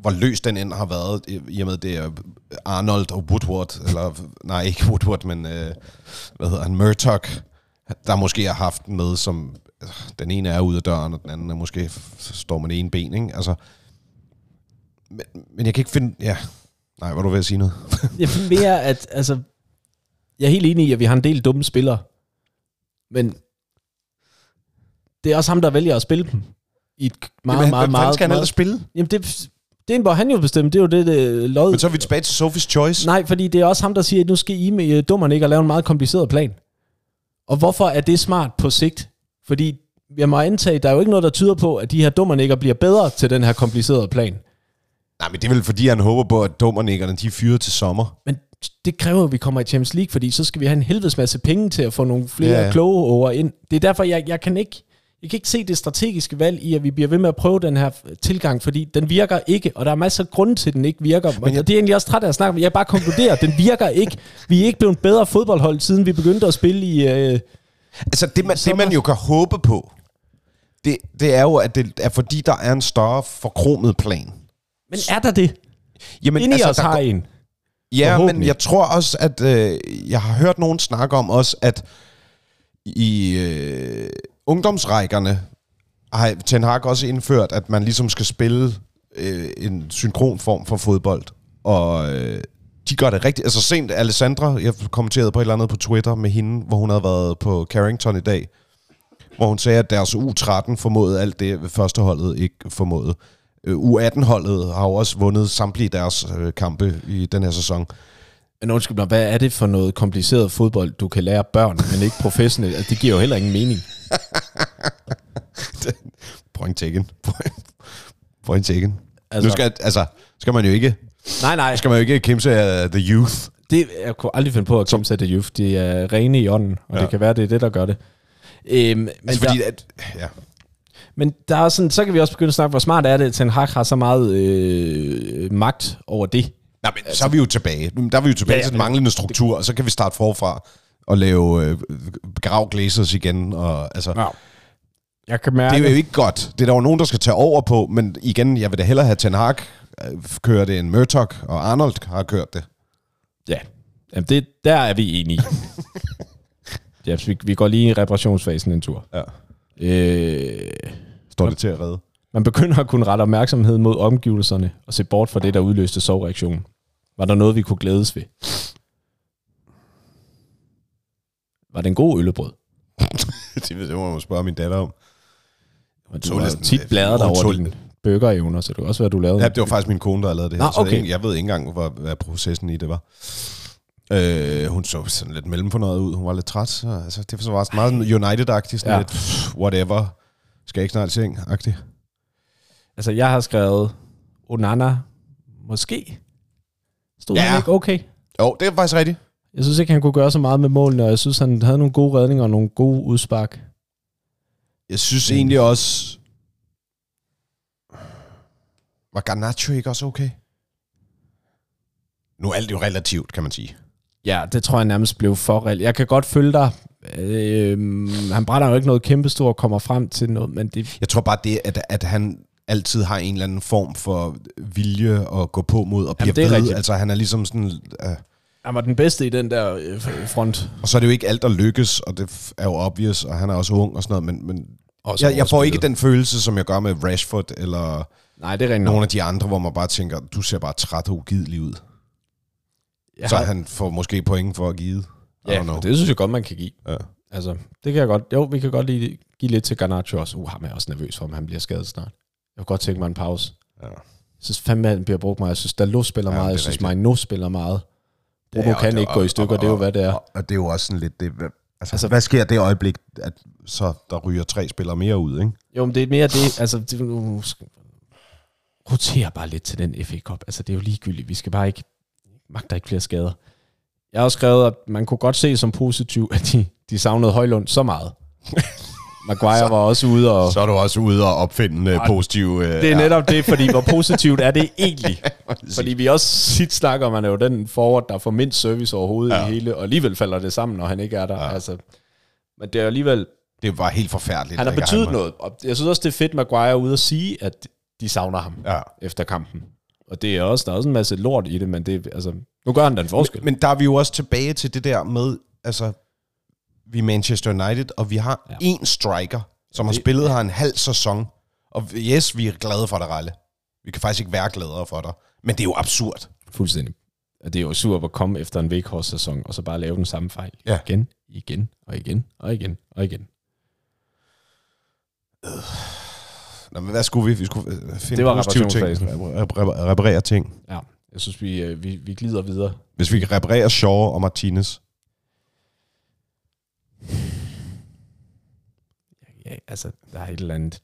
hvor løs den end har været, i og med det er Arnold og Woodward, eller nej, ikke Woodward, men hvad hedder han, Murtock, der måske har haft med, som den ene er ude af døren, og den anden er måske står med det ene ben, ikke? Altså, men jeg kan ikke finde, nej, var du ved at sige noget? Jeg finder mere, at altså, jeg er helt enig i, at vi har en del dumme spillere, men det er også ham, der vælger at spille dem. I et meget skal han ellers spille? Jamen det må han jo bestemme. Det er jo det lod. Men så er vi tilbage til Sophie's Choice. Nej, fordi det er også ham, der siger, at nu skal I med dummerne ikke at lave en meget kompliceret plan. Og hvorfor er det smart på sigt? Fordi jeg må antage, der er jo ikke noget, der tyder på, at de her dummerne bliver bedre til den her komplicerede plan. Nej, men det er vel fordi, han håber på, at dummerne de er fyret til sommer. Men det kræver, at vi kommer i Champions League, fordi så skal vi have en helvedes masse penge til at få nogle flere kloge over ind. Det er derfor, jeg kan ikke se det strategiske valg i, at vi bliver ved med at prøve den her tilgang, fordi den virker ikke, og der er masser af grunde til, at den ikke virker. Men det er egentlig også træt af at snakke om. Jeg bare konkluderer, at den virker ikke. Vi er ikke blevet bedre fodboldhold, siden vi begyndte at spille i altså det man jo kan håbe på, det er jo, at det er fordi, der er en større forkromet plan. Men er der det? Jamen, Inde i os har en. Ja, men jeg tror også, at jeg har hørt nogen snakke om også, at i ungdomsrækkerne har Ten Hag også indført, at man ligesom skal spille en synkron form for fodbold. Og de gør det rigtigt. Altså sent Alessandra, jeg kommenterede på et eller andet på Twitter med hende, hvor hun havde været på Carrington i dag, hvor hun sagde, at deres U13 formåede alt det, førsteholdet ikke formåede. U18-holdet har jo også vundet samtlige deres kampe i den her sæson. Men undskyld mig, hvad er det for noget kompliceret fodbold, du kan lære børn, men ikke professionelt? Altså, det giver jo heller ingen mening. Point taken. Altså, nu skal man jo ikke... Nej. Skal man jo ikke kimse af the youth. Jeg kunne aldrig finde på at kimse af the youth. De er rene i ånden, og det kan være, det er det, der gør det. Men der er sådan, så kan vi også begynde at snakke, hvor smart er det, at Ten Hag har så meget magt over det. Nej, men så er vi jo tilbage. Der er vi jo tilbage til den manglende struktur, og så kan vi starte forfra og lave grav Glazers igen. Og, altså, ja. Jeg kan mærke... Det er jo ikke godt. Det er der jo nogen, der skal tage over på, men igen, jeg vil da hellere have Ten Hag køre det, end Murtock og Arnold har kørt det. Ja, jamen der er vi enige. Ja, vi går lige i reparationsfasen en tur. Ja. Står det til at redde? Man begynder at kunne rette opmærksomhed mod omgivelserne og se bort fra det, der udløste sovreaktionen. Var der noget, vi kunne glædes ved? Var det en god øllebrød? Det må man spørge min datter om. Du har tit bladret over dine burgerevner, så det var også, hvad du lavede. Ja, det var faktisk min kone, der lavede det her. Okay. Så jeg ved ikke engang, hvad processen i det var. Hun så sådan lidt mellemfornøjet ud. Hun var lidt træt. Så, altså, det var meget United-agtigt. Sådan lidt whatever. Skal jeg ikke snart i seng-agtigt. Altså, jeg har skrevet Onana måske. Stod han ikke okay? Jo, det er faktisk rigtigt. Jeg synes ikke, han kunne gøre så meget med målene, og jeg synes, han havde nogle gode redninger og nogle gode udspark. Jeg synes egentlig også... Var Garnacho ikke også okay? Nu er alt jo relativt, kan man sige. Ja, det tror jeg nærmest blev for reelt. Jeg kan godt følge dig. Han brænder jo ikke noget kæmpestort og kommer frem til noget, men det... Jeg tror bare det, at han altid har en eller anden form for vilje at gå på mod og bliver ved. Rigtigt. Altså han er ligesom sådan... Han var den bedste i den der front. Og så er det jo ikke alt, der lykkes, og det er jo obvious, og han er også ung og sådan noget, men jeg får ikke den følelse, som jeg gør med Rashford, eller nej, det er nogle af de andre, hvor man bare tænker, du ser bare træt og ugidelig ud. Så han får måske point for at give. Ja, det synes jeg godt, man kan give. Ja. Altså, det kan jeg godt. Jo, vi kan godt lige give lidt til Garnacho også. Ham er også nervøs for, om han bliver skadet snart. Jeg kunne godt tænke mig en pause. Ja. Jeg synes fandme, han bliver brugt meget. Jeg synes, Dalot spiller meget. Jeg synes, Maino spiller meget. Bruno kan ikke gå i stykker, det er jo, hvad det er. Og det er jo også sådan lidt... Det, altså, hvad sker det øjeblik, at så der ryger 3 spillere mere ud, ikke? Jo, men det er mere det... Altså, roterer bare lidt til den FA Cup. Altså, det er jo ligegyldigt. Vi skal bare ikke... Magter ikke flere skader. Jeg har også skrevet, at man kunne godt se som positivt, at de savnede Højlund så meget. Maguire var også ude og... Så er du også ude og opfinde positive... Det er netop det, fordi hvor positivt er det egentlig? Fordi vi også tit snakker om, at han er jo den forward, der får mindst service overhovedet i hele, og alligevel falder det sammen, når han ikke er der. Ja. Altså, men det er alligevel... Det var helt forfærdeligt. Han har betydet noget. Og jeg synes også, det er fedt, Maguire ude at sige, at de savner ham efter kampen. Og det er også, der er også en masse lort i det, men det, altså, nu gør han den forskel. Men der er vi jo også tilbage til det der med, altså, vi er Manchester United, og vi har én striker, som har spillet her en halv sæson. Og yes, vi er glade for dig, Ralle. Vi kan faktisk ikke være gladere for dig. Men det er jo absurd. Fuldstændig. Og det er jo super at komme efter en Weghorst-sæson, og så bare lave den samme fejl. Ja. Igen. Nå, men hvad skulle vi? Vi skulle finde det var positive ting. Reparere ting. Ja, jeg synes, vi glider videre. Hvis vi kan reparere Shaw og Martinez. Ja, altså, der er et eller andet.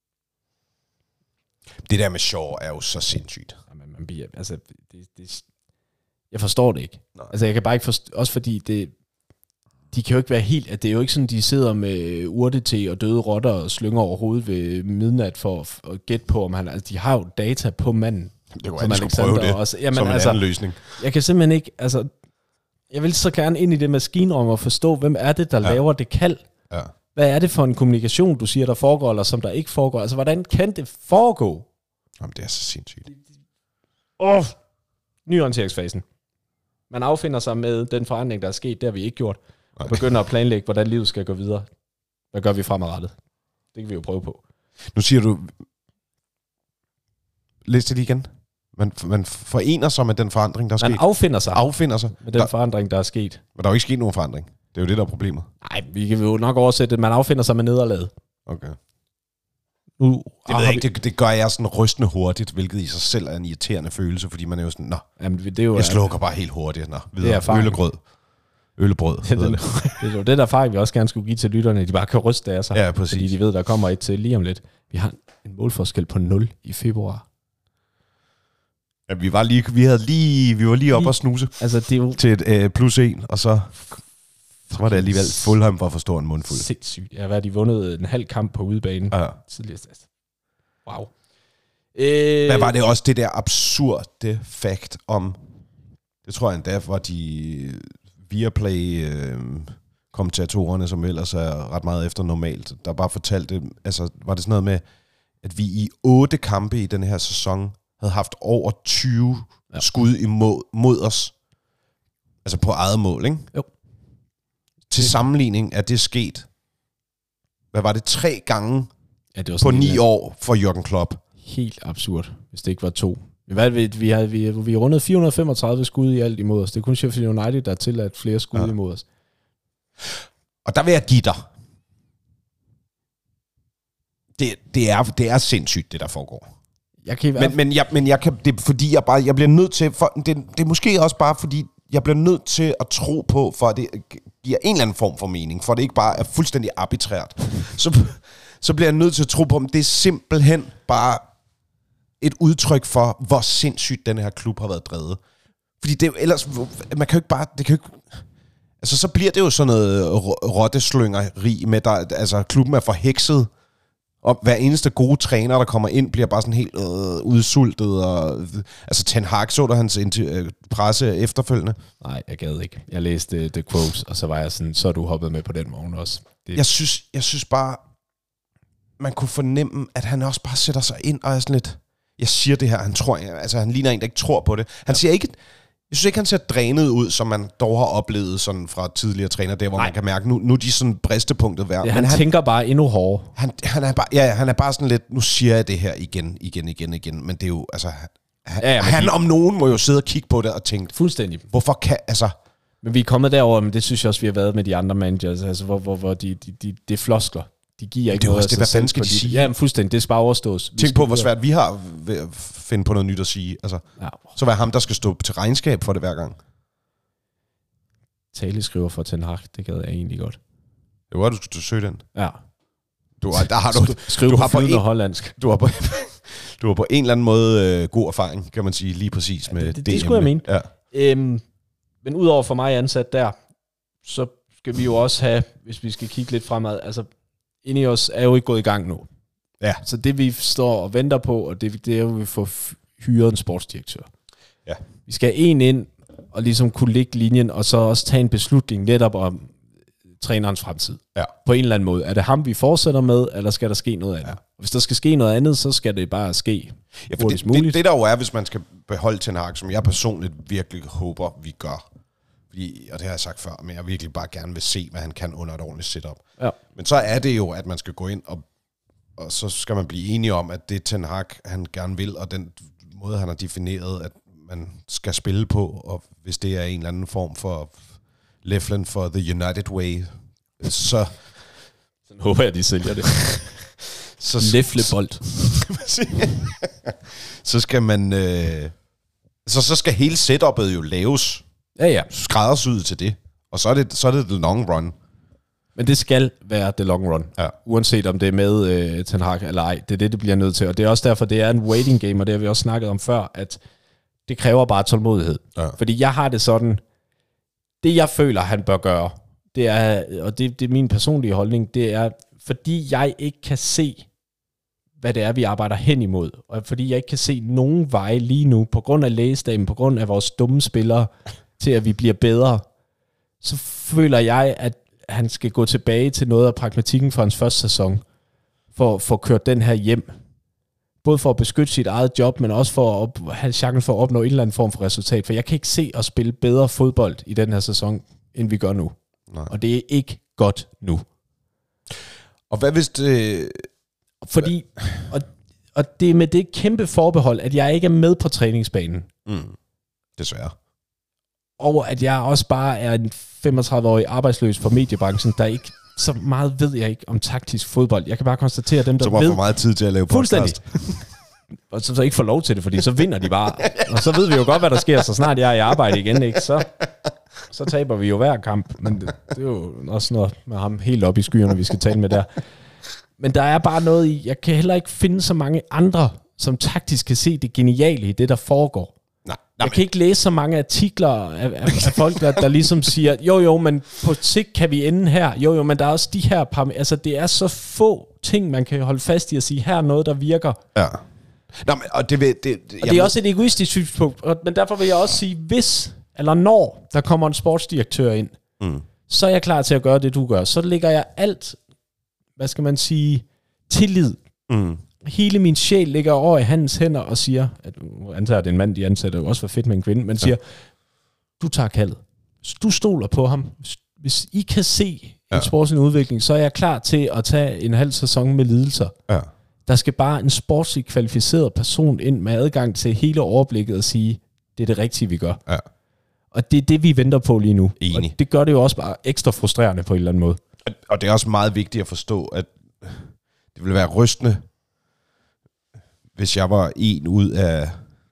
Det der med Shaw er jo så sindssygt. Jamen, man bliver, altså, jeg forstår det ikke. Nej. Altså, jeg kan bare ikke forstå, også fordi de kan jo ikke være helt, at det er jo ikke sådan, de sidder med urtete og døde rotter og slynger over hovedet ved midnat for at gætte på, om han, altså, de har jo data på manden. Det kunne jeg skulle prøve det også. Jamen, som en anden løsning. Jeg kan simpelthen ikke, altså, jeg vil så gerne ind i det maskinrum og forstå, hvem er det, der laver det kald? Ja. Hvad er det for en kommunikation, du siger, der foregår, eller som der ikke foregår? Altså, hvordan kan det foregå? Jamen, det er så sindssygt. Nyorienteringsfasen. Man affinder sig med den forandring, der er sket, der vi ikke gjort, og begynder at planlægge, hvordan livet skal gå videre. Hvad gør vi fremadrettet? Det kan vi jo prøve på. Nu siger du... Læs det lige igen. Man forener sig med den forandring, der er sket. Man affinder sig med den forandring, der er sket. Men der er jo ikke sket nogen forandring. Det er jo det, der er problemet. Nej, vi kan jo nok oversætte det. Man affinder sig med nederlaget. Okay. Nu, det ved jeg ikke, det gør jeg sådan rystende hurtigt, hvilket i sig selv er en irriterende følelse, fordi man er jo sådan, jamen, det er jo, jeg slukker bare helt hurtigt. Videre. Øllebrød. Det er jo det der erfaring, vi også gerne skulle give til lytterne, de bare kan ryste af sig. Ja, præcis. Fordi de ved, der kommer et til lige om lidt. Vi har en målforskel på 0 i februar. Ja, vi var lige oppe og snuse altså, det er jo til et +1, og så var det alligevel Fulham for at forstå en mundfuld. Sindssygt. Ja, hvad de vundet en halv kamp på udebanen tidligere. Wow. Hvad var det også det der absurde fact om, det tror jeg endda var de Viaplay kommentatorerne, som ellers er ret meget efter normalt, der bare fortalte, altså var det sådan noget med, at vi i 8 kampe i den her sæson havde haft over 20 skud imod os. Altså på eget mål, ikke? Jo. Til sammenligning er det sket, hvad var det, 3 gange på 9 år for Jürgen Klopp? Helt absurd, hvis det ikke var 2. Vi rundede 435 skud i alt imod os. Det er kun Sheffield United, der har tilladt flere skud imod os. Og der vil jeg give dig. Det er sindssygt, det der foregår. Men jeg kan, det er fordi jeg bliver nødt til, det er måske også bare fordi jeg bliver nødt til at tro på, for at det giver en eller anden form for mening, for det ikke bare er fuldstændig arbitrært. Så bliver jeg nødt til at tro på, om det er simpelthen bare et udtryk for, hvor sindssygt den her klub har været drevet. Fordi det ellers, man kan jo ikke bare, det kan jo ikke, altså så bliver det jo sådan noget rotteslyngeri med, der, altså klubben er forhekset, og hver eneste gode træner, der kommer ind, bliver bare sådan helt udsultet. Og, altså Ten Hag, så der hans presse efterfølgende? Nej, jeg gad ikke. Jeg læste The Quotes, og så var jeg sådan, så er du hoppet med på den vogn også. Jeg synes bare, man kunne fornemme, at han også bare sætter sig ind og er sådan lidt, jeg siger det her, han ligner en, der ikke tror på det. Han siger ikke, jeg synes ikke, han ser drænet ud, som man dog har oplevet sådan fra tidligere træner, der hvor man kan mærke, nu er de sådan bristepunktet værd. Ja, han tænker bare endnu hårdere. Han er bare sådan lidt, nu siger jeg det her igen, men det er jo, altså, han om nogen må jo sidde og kigge på det og tænke, fuldstændig. Hvorfor kan, altså... Men vi er kommet derover, men det synes jeg også, vi har været med de andre managers, altså hvor de floskler. De giver ikke noget af sig selv. Hvad skal de sige? Ja, men fuldstændig. Det skal bare overstås. Tænk på, hvor svært vi har ved at finde på noget nyt at sige. Altså, så var ham, der skal stå til regnskab for det hver gang. Taleskriver for Ten Hag, det gad jeg egentlig godt. Det var, du skulle søge den. Ja. Du har på hollandsk. Du har på en eller anden måde god erfaring, kan man sige, lige præcis med det. Det skulle jeg mene. Ja. Men udover for mig ansat der, så skal vi jo også have, hvis vi skal kigge lidt fremad, altså Ineos er jo ikke gået i gang nu. Ja. Så det vi står og venter på, og det er jo, at vi får hyret en sportsdirektør. Ja. Vi skal have en ind, og ligesom kunne lægge linjen, og så også tage en beslutning netop om trænerens fremtid. Ja. På en eller anden måde. Er det ham, vi fortsætter med, eller skal der ske noget andet? Ja. Hvis der skal ske noget andet, så skal det bare ske hurtigst muligt. Det der jo er, hvis man skal beholde Ten Hag, som jeg personligt virkelig håber, vi gør. Og det har jeg sagt før, men jeg virkelig bare gerne vil se, hvad han kan under et ordentligt setup. Ja. Men så er det jo, at man skal gå ind, og så skal man blive enige om, at det Ten Hag, han gerne vil, og den måde, han har defineret, at man skal spille på, og hvis det er en eller anden form for Lefland for the United Way, så håber jeg, de sælger det. Leflebold. Så skal man... Så skal hele setupet jo laves. Ja. Skræddersyet til det. Og så er det the long run. Men det skal være the long run. Ja. Uanset om det er med Ten Hag eller ej. Det er det bliver nødt til. Og det er også derfor, det er en waiting game, og det har vi også snakket om før, at det kræver bare tålmodighed. Ja. Fordi jeg har det sådan... Det, jeg føler, han bør gøre, det er, og det er min personlige holdning, det er, fordi jeg ikke kan se, hvad det er, vi arbejder hen imod, og fordi jeg ikke kan se nogen veje lige nu, på grund af lægedagen, på grund af vores dumme spillere, til at vi bliver bedre, så føler jeg, at han skal gå tilbage til noget af pragmatikken fra hans første sæson, for at få kørt den her hjem. Både for at beskytte sit eget job, men også for at have chancen for at opnå en eller anden form for resultat. For jeg kan ikke se at spille bedre fodbold i den her sæson, end vi gør nu. Nej. Og det er ikke godt nu. Og hvad hvis det... Fordi, og det er med det kæmpe forbehold, at jeg ikke er med på træningsbanen. Desværre. Og at jeg også bare er en 35-årig arbejdsløs for mediebranchen, der ikke... Så meget ved jeg ikke om taktisk fodbold. Jeg kan bare konstatere, at dem, der som ved... for meget tid til at lave podcast. Og så ikke får lov til det, fordi så vinder de bare. Og så ved vi jo godt, hvad der sker, så snart jeg er i arbejde igen, ikke? Så taber vi jo hver kamp. Men det er jo også noget med ham helt op i skyerne, vi skal tale med der. Men der er bare noget i... Jeg kan heller ikke finde så mange andre, som taktisk kan se det geniale i det, der foregår. Jeg kan ikke læse så mange artikler af folk, der ligesom siger, jo, men på sigt kan vi ende her. Jo, men der er også de her par... Altså, det er så få ting, man kan holde fast i at sige, her er noget, der virker. Ja. Nå, men, og det er også et egoistisk synspunkt, men derfor vil jeg også sige, hvis eller når der kommer en sportsdirektør ind, så er jeg klar til at gøre det, du gør. Så lægger jeg alt, hvad skal man sige, tillid. Hele min sjæl ligger over i hans hænder og siger, at antager, at det er en mand, de ansætter, jo også for fedt med en kvinde, men siger, du tager kaldet. Du stoler på ham. Hvis I kan se en sportslig udvikling, så er jeg klar til at tage en halv sæson med lidelser. Ja. Der skal bare en sportslig kvalificeret person ind med adgang til hele overblikket og sige, det er det rigtige, vi gør. Ja. Og det er det, vi venter på lige nu. Enig. Og det gør det jo også bare ekstra frustrerende på en eller anden måde. Og det er også meget vigtigt at forstå, at det vil være rystende, hvis jeg var en ud af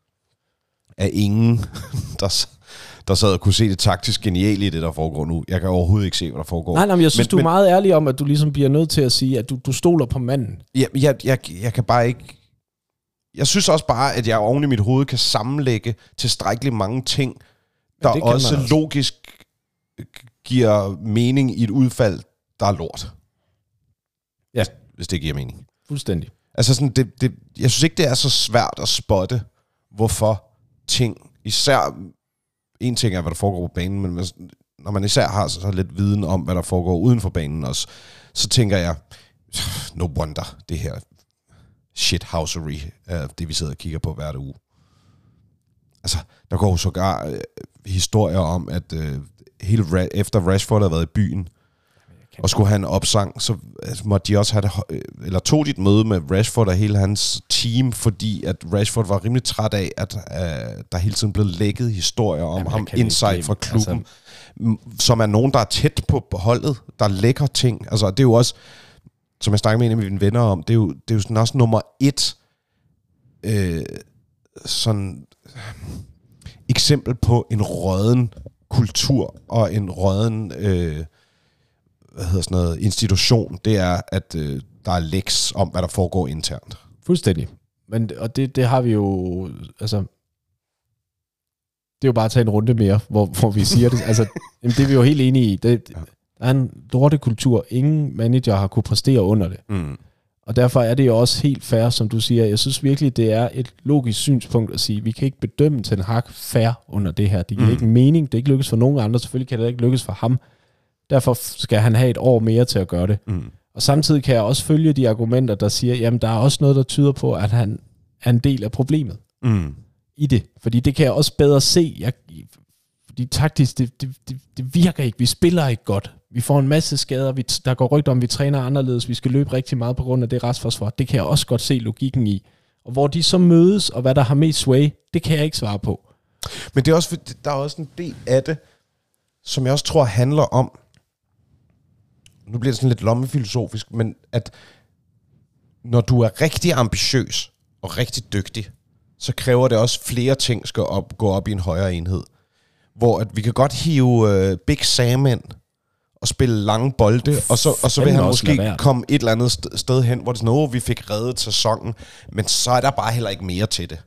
ingen, der sad og kunne se det taktisk geniale i det, der foregår nu. Jeg kan overhovedet ikke se, hvad der foregår. Nej, men jeg synes, du er meget ærlig om, at du ligesom bliver nødt til at sige, at du stoler på manden. Ja, jeg kan bare ikke... Jeg synes også bare, at jeg oven i mit hoved kan sammenlægge tilstrækkeligt mange ting, der også logisk giver mening i et udfald, der er lort. Ja. Hvis det giver mening. Fuldstændig. Altså sådan, jeg synes ikke, det er så svært at spotte, hvorfor ting, især en ting er, hvad der foregår på banen, men når man især har så lidt viden om, hvad der foregår uden for banen også, så tænker jeg, no wonder, det her shithousery af det, vi sidder og kigger på hver uge. Altså, der går jo sågar historier om, at efter Rashford havde været i byen, og skulle have en opsang, så måtte de også have eller tog de et møde med Rashford og hele hans team, fordi at Rashford var rimelig træt af, at der hele tiden blev lækket historier om ham inside fra klubben, som er nogen, der er tæt på holdet, der lækker ting. Altså, det er jo også, som jeg snakker med en af mine venner om, det er jo sådan også nummer 1 sådan eksempel på en rådden kultur og en rådden institution, det er, at der er læks om, hvad der foregår internt. Fuldstændig. Men, og det har vi jo, altså, det er jo bare at tage en runde mere, hvor vi siger det. Altså, det er vi jo helt enige i. Der er en lortekultur. Ingen manager har kunne præstere under det. Og derfor er det jo også helt fair, som du siger. Jeg synes virkelig, det er et logisk synspunkt at sige, vi kan ikke bedømme Ten Hag fair under det her. Det giver ikke mening. Det er ikke lykkes for nogen andre. Selvfølgelig kan det ikke lykkes for ham. Derfor skal han have et år mere til at gøre det. Og samtidig kan jeg også følge de argumenter, der siger, jamen der er også noget, der tyder på, at han er en del af problemet i det. Fordi det kan jeg også bedre se. Fordi taktisk, det virker ikke. Vi spiller ikke godt. Vi får en masse skader. Der går rygter om, vi træner anderledes. Vi skal løbe rigtig meget på grund af det restforsvar. Det kan jeg også godt se logikken i. Og hvor de så mødes, og hvad der har mest sway, det kan jeg ikke svare på. Men det er også, der er også en del af det, som jeg også tror handler om, nu bliver det sådan lidt lommefilosofisk, men at når du er rigtig ambitiøs og rigtig dygtig, så kræver det også flere ting skal gå op i en højere enhed. Hvor at vi kan godt hive Big Sam ind og spille lange bolde, og så vil han måske komme et eller andet sted hen, hvor det er sådan, vi fik reddet sæsonen, men så er der bare heller ikke mere til det.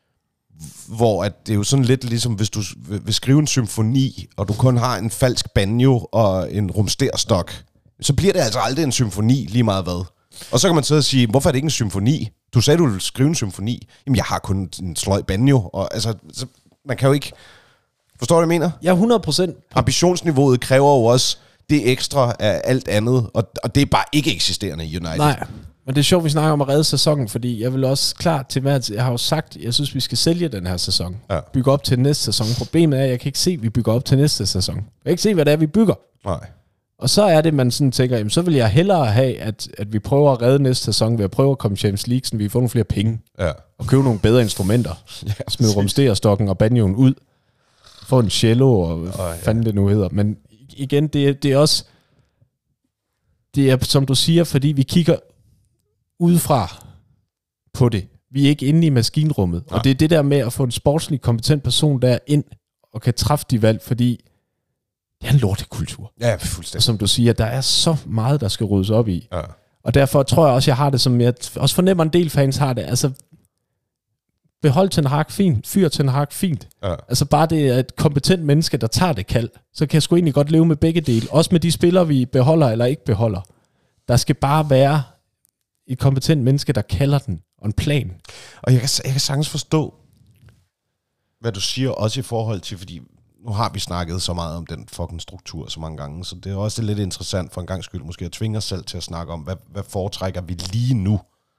Hvor at det er jo sådan lidt ligesom, hvis du vil skrive en symfoni, og du kun har en falsk banjo og en rumsterstok, så bliver det altså aldrig en symfoni lige meget hvad. Og så kan man sidde og sige, hvorfor er det ikke en symfoni? Du sagde, du ville skrive en symfoni. Jamen, jeg har kun en sløj banjo, og altså, man kan jo ikke... Forstår du, hvad jeg mener? Ja, 100%. Ambitionsniveauet kræver jo også det ekstra af alt andet, og det er bare ikke eksisterende i United. Nej, men det er sjovt, vi snakker om at redde sæsonen, fordi jeg vil også klart til hver tid, jeg har jo sagt, jeg synes, vi skal sælge den her sæson. Ja. Bygge op til næste sæson. Problemet er, at jeg kan ikke se, at vi bygger op til næste sæson. Jeg kan ikke se, hvad det er, vi bygger. Nej. Og så er det, man sådan tænker, jamen, så vil jeg hellere have, at vi prøver at redde næste sæson ved at prøve at komme Champions League, så vi får nogle flere penge. Ja. Og købe nogle bedre instrumenter. Ja, smide rumsterstokken og banjoen ud. Få en cello og fanden det nu hedder. Men igen, det er også... Det er, som du siger, fordi vi kigger udefra på det. Vi er ikke inde i maskinrummet. Nej. Og det er det der med at få en sportslig kompetent person der ind og kan træffe de valg, fordi det er en lortekultur. Ja, fuldstændig. Og som du siger, der er så meget, der skal ryddes op i. Ja. Og derfor tror jeg også, jeg har det som jeg også fornemmer, en del fans har det. Altså, behold Ten Hag fint, fyr Ten Hag fint. Ja. Altså bare det er et kompetent menneske, der tager det kald, så kan jeg sgu egentlig godt leve med begge dele. Også med de spillere, vi beholder eller ikke beholder. Der skal bare være et kompetent menneske, der kalder den, og en plan. Og jeg kan sagtens forstå, hvad du siger, også i forhold til, fordi nu har vi snakket så meget om den fucking struktur så mange gange, så det er også lidt interessant for en gang skyld, måske at tvinge os selv til at snakke om, hvad foretrækker vi lige nu,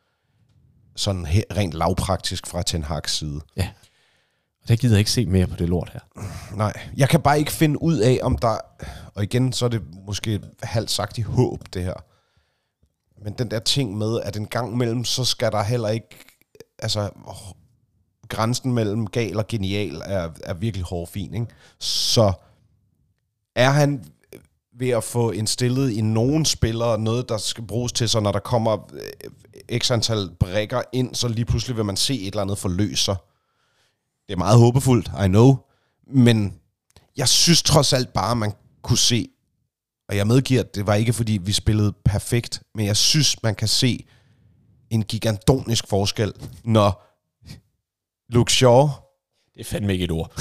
sådan rent lavpraktisk fra Ten Hag's side. Ja, og det gider jeg ikke se mere på det lort her. Nej, jeg kan bare ikke finde ud af, om der, og igen, så er det måske halvt sagt i håb, det her, men den der ting med, at en gang imellem, så skal der heller ikke, altså, grænsen mellem gal og genial er virkelig hårfin, ikke? Så er han ved at få indstillet i nogle spillere noget, der skal bruges til, så når der kommer x antal brikker ind, så lige pludselig vil man se et eller andet forløse sig. Det er meget håbefuldt, I know, men jeg synes trods alt bare, man kunne se, og jeg medgiver, at det var ikke fordi, vi spillede perfekt, men jeg synes, man kan se en gigantonisk forskel, når Luke Shaw... Det er fandme ikke et ord.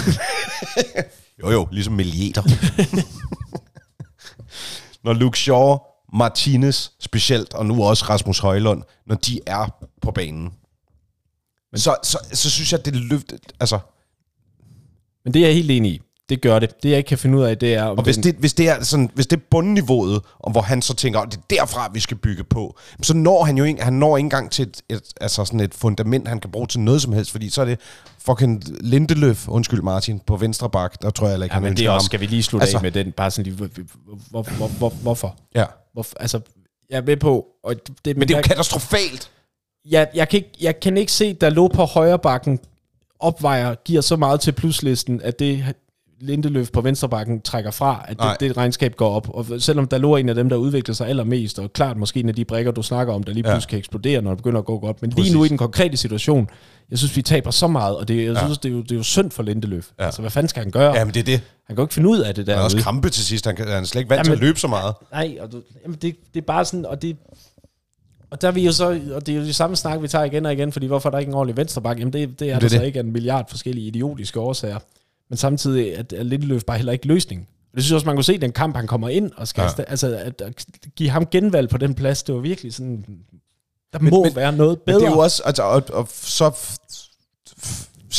jo, ligesom milliarder. Når Luke Shaw, Martinez specielt, og nu også Rasmus Højlund, når de er på banen, men så synes jeg, det løfter... Altså. Men det er jeg helt enig i. Det gør det. Det jeg ikke kan finde ud af, det er... Og hvis det er bundniveauet, og hvor han så tænker, det er derfra, vi skal bygge på, så når han jo ikke engang til et fundament, han kan bruge til noget som helst, fordi så er det fucking Lindeløf, undskyld Martin, på venstre bak, der tror jeg ikke, han men det er også, skal vi lige slutte af med den, bare sådan lige, hvorfor? Ja. Altså, jeg er med på... Og men det er jo katastrofalt. Jeg kan ikke se, der lå på højre bakken, giver så meget til pluslisten, at det Lindeløf på venstrebakken trækker fra, at det regnskab går op. Og selvom der lå en af dem, der udvikler sig allermest, og klart måske en af de brikker, du snakker om, der lige pludselig kan eksplodere, når det begynder at gå godt. Men lige nu i den konkrete situation, jeg synes, vi taber så meget, og jeg synes, det er jo synd for Lindeløf. Ja. Altså, hvad fanden skal han gøre? Jamen, det er det. Han kan jo ikke finde ud af det der. Han er også krampe til sidst. Han er slet ikke vant til at løbe så meget. Nej, det er bare sådan, og der er vi jo så, og det er jo det samme snak, vi tager igen og igen, fordi hvorfor er der ikke en ordentlig venstreback? Jamen det er der så ikke en milliard forskellige idiotiske årsager. Men samtidig er Lindeløf bare heller ikke løsningen. Det synes jeg også, man kunne se den kamp, han kommer ind og skal... Ja. Altså, at give ham genvalg på den plads, det var virkelig sådan... Der må være noget bedre. Men det er jo også... Altså, og så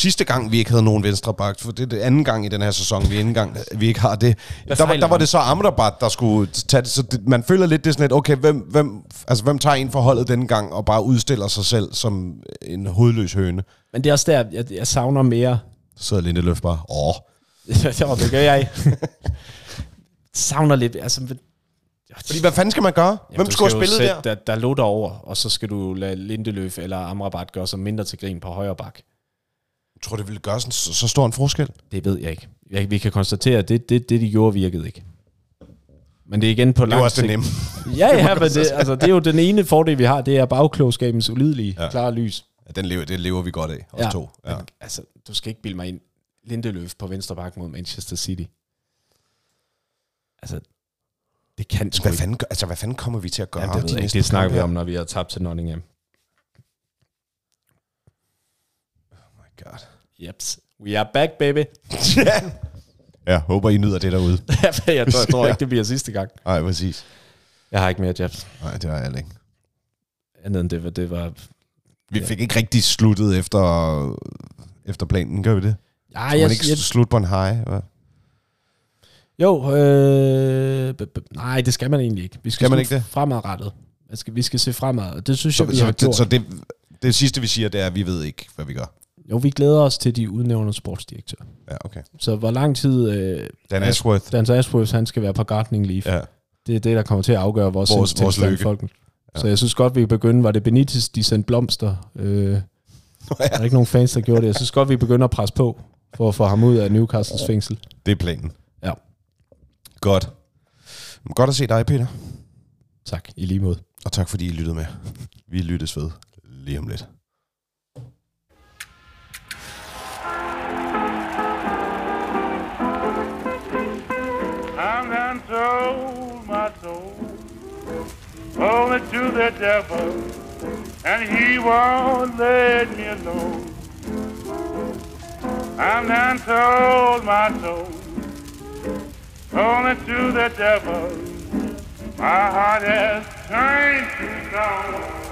sidste gang, vi ikke havde nogen venstreback, for det er det anden gang i den her sæson, vi ikke har det. Der var det så Amrabat, der skulle tage det, så man føler lidt, det er sådan lidt, okay, hvem tager en for holdet denne gang, og bare udstiller sig selv som en hovedløs høne? Men det er også der, jeg savner mere. Så sidder Lindeløf bare, det gør jeg. Savner lidt, altså... Fordi hvad fanden skal man gøre? Hvem skulle have spillet der? Der lå over, og så skal du lade Lindeløf eller Amrabat gøre sig mindre til grin på højre bak. Jeg tror, det ville gøre sådan, så stor en forskel? Det ved jeg ikke. Vi kan konstatere, at det de gjorde, virkede ikke. Men det er igen på lang sigt. Det er også det nemme. Ja, men det er jo den ene fordel, vi har, det er bagklogskabens ulidelige, klare lys. Ja, det lever vi godt af, os to. Ja. Men, altså, du skal ikke bilde mig ind. Lindeløf på venstre bak mod Manchester City. Altså, det kan sgu ikke. Hvad fanden kommer vi til at gøre? Jamen, det snakker vi om, når vi har tabt til Nottingham. Oh my god. Yeps. We are back, baby. Ja, håber I nyder det derude. jeg tror ikke, det bliver sidste gang. Nej, præcis. Jeg har ikke mere jabs. Nej, det har jeg ikke. Andet end det var... Vi fik ikke rigtig sluttet efter planen, gør vi det? Ja, man ikke slutte på en high? Jo, nej, det skal man egentlig ikke. Vi skal ikke det? Fremadrettet. Vi skal se fremad, og det synes jeg, vi har gjort. Så det sidste, vi siger, det er, at vi ved ikke, hvad vi gør. Jo, vi glæder os til de udnævnende sportsdirektør. Ja, okay. Så hvor lang tid Dan Ashworth, han skal være på gardening leave. Ja. Det er det, der kommer til at afgøre vores lykke. Folken. Ja. Så jeg synes godt, vi kan begynde. Var det Benitez, de sendte blomster? Der er ikke nogen fans, der gjorde det. Jeg synes godt, vi begynder at presse på for at få ham ud af Newcastles fængsel. Det er planen. Ja. Godt. Godt at se dig, Peter. Tak, i lige måde. Og tak, fordi I lyttede med. Vi lyttes ved lige om lidt. I'm sold my soul only to the devil, and he won't let me alone. I'm done sold my soul only to the devil. My heart has turned to stone.